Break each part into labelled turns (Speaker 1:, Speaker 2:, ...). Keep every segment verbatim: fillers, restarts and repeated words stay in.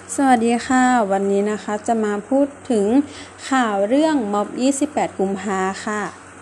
Speaker 1: สวัสดีค่ะวันนี้นะคะจะมาพูดถึงข่าวเรื่องม็อบยี่สิบแปดกุมภาค่ะ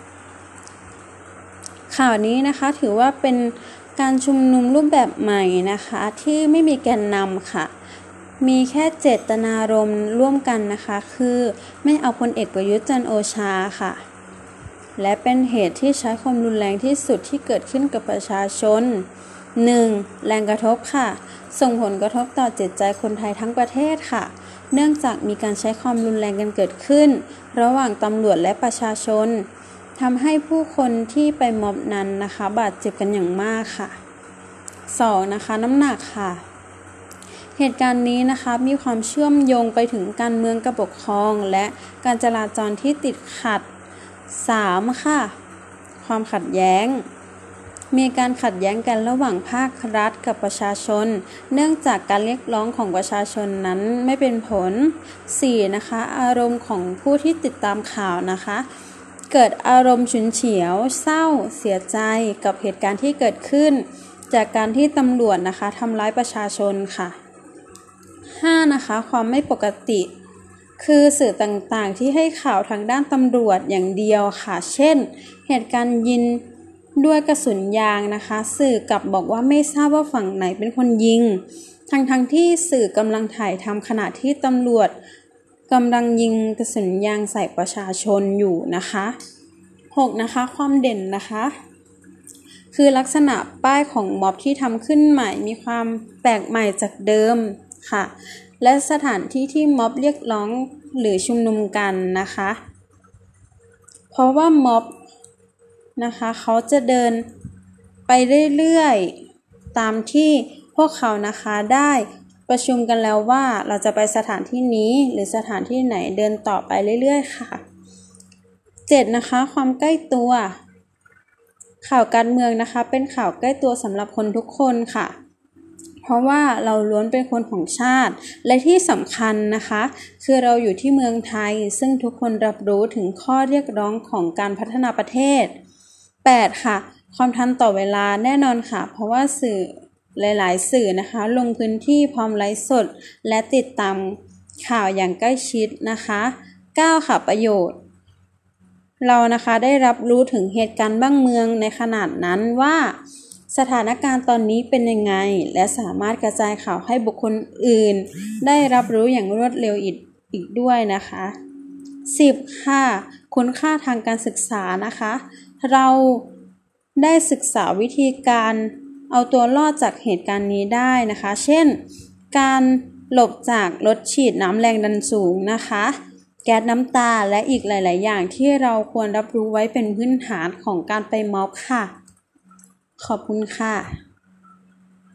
Speaker 1: ข่าวนี้นะคะถือว่าเป็นการชุมนุมรูปแบบใหม่นะคะที่ไม่มีแกนนำค่ะมีแค่เจตนารมณ์ร่วมกันนะคะคือไม่เอาพลเอกประยุทธ์จันทร์โอชาค่ะและเป็นเหตุที่ใช้ความรุนแรงที่สุดที่เกิดขึ้นกับประชาชน หนึ่ง. แรงกระทบค่ะส่งผลกระทบต่อจิตใจคนไทยทั้งประเทศค่ะเนื่องจากมีการใช้ความรุนแรงกันเกิดขึ้นระหว่างตำรวจและประชาชนทำให้ผู้คนที่ไปม็อบนั้นนะคะบาดเจ็บกันอย่างมากค่ะ สอง. นะคะน้ำหนักค่ะเหตุการณ์นี้นะคะมีความเชื่อมโยงไปถึงการเมืองการปกครองและการจราจรที่ติดขัด สาม. ค่ะความขัดแย้งมีการขัดแย้งกันระหว่างภาครัฐกับประชาชนเนื่องจากการเรียกร้องของประชาชนนั้นไม่เป็นผล สี่. นะคะอารมณ์ของผู้ที่ติดตามข่าวนะคะเกิดอารมณ์ฉุนเฉียวเศร้าเสียใจกับเหตุการณ์ที่เกิดขึ้นจากการที่ตำรวจนะคะทำร้ายประชาชนค่ะ ห้า. นะคะความไม่ปกติคือสื่อต่างๆที่ให้ข่าวทางด้านตำรวจอย่างเดียวค่ะเช่นเหตุการณ์ยิงด้วยกระสุนยางนะคะสื่อกลับบอกว่าไม่ทราบว่าฝั่งไหนเป็นคนยิงทั้งๆ ท, ที่สื่อกำลังถ่ายทำขณะที่ตำรวจกำลังยิงกระสุนยางใส่ประชาชนอยู่นะคะ หก. นะคะความเด่นนะคะคือลักษณะป้ายของม็อบที่ทำขึ้นใหม่มีความแปลกใหม่จากเดิมค่ะและสถานที่ที่ม็อบเรียกร้องหรือชุมนุมกันนะคะเพราะว่าม็อบนะคะเขาจะเดินไปเรื่อยๆตามที่พวกเขานะคะได้ประชุมกันแล้วว่าเราจะไปสถานที่นี้หรือสถานที่ไหนเดินต่อไปเรื่อยๆค่ะ เจ็ด. นะคะความใกล้ตัวข่าวการเมืองนะคะเป็นข่าวใกล้ตัวสำหรับคนทุกคนค่ะเพราะว่าเราล้วนเป็นคนของชาติและที่สำคัญนะคะคือเราอยู่ที่เมืองไทยซึ่งทุกคนรับรู้ถึงข้อเรียกร้องของการพัฒนาประเทศ แปด. ค่ะความทันต่อเวลาแน่นอนค่ะเพราะว่าสื่อหลายๆสื่อนะคะลงพื้นที่พร้อมไลฟ์สดและติดตามข่าวอย่างใกล้ชิดนะคะ เก้า. ค่ะประโยชน์เรานะคะได้รับรู้ถึงเหตุการณ์บ้านเมืองในขนาดนั้นว่าสถานการณ์ตอนนี้เป็นยังไงและสามารถกระจายข่าวให้บุคคลอื่นได้รับรู้อย่างรวดเร็วอีกอีกด้วยนะคะ สิบ. ค่ะคุณค่าทางการศึกษานะคะเราได้ศึกษาวิธีการเอาตัวรอดจากเหตุการณ์นี้ได้นะคะเช่นการหลบจากรถฉีดน้ำแรงดันสูงนะคะแก๊สน้ำตาและอีกหลายๆอย่างที่เราควรรับรู้ไว้เป็นพื้นฐานของการไปม็อบค่ะขอบคุณค่ะ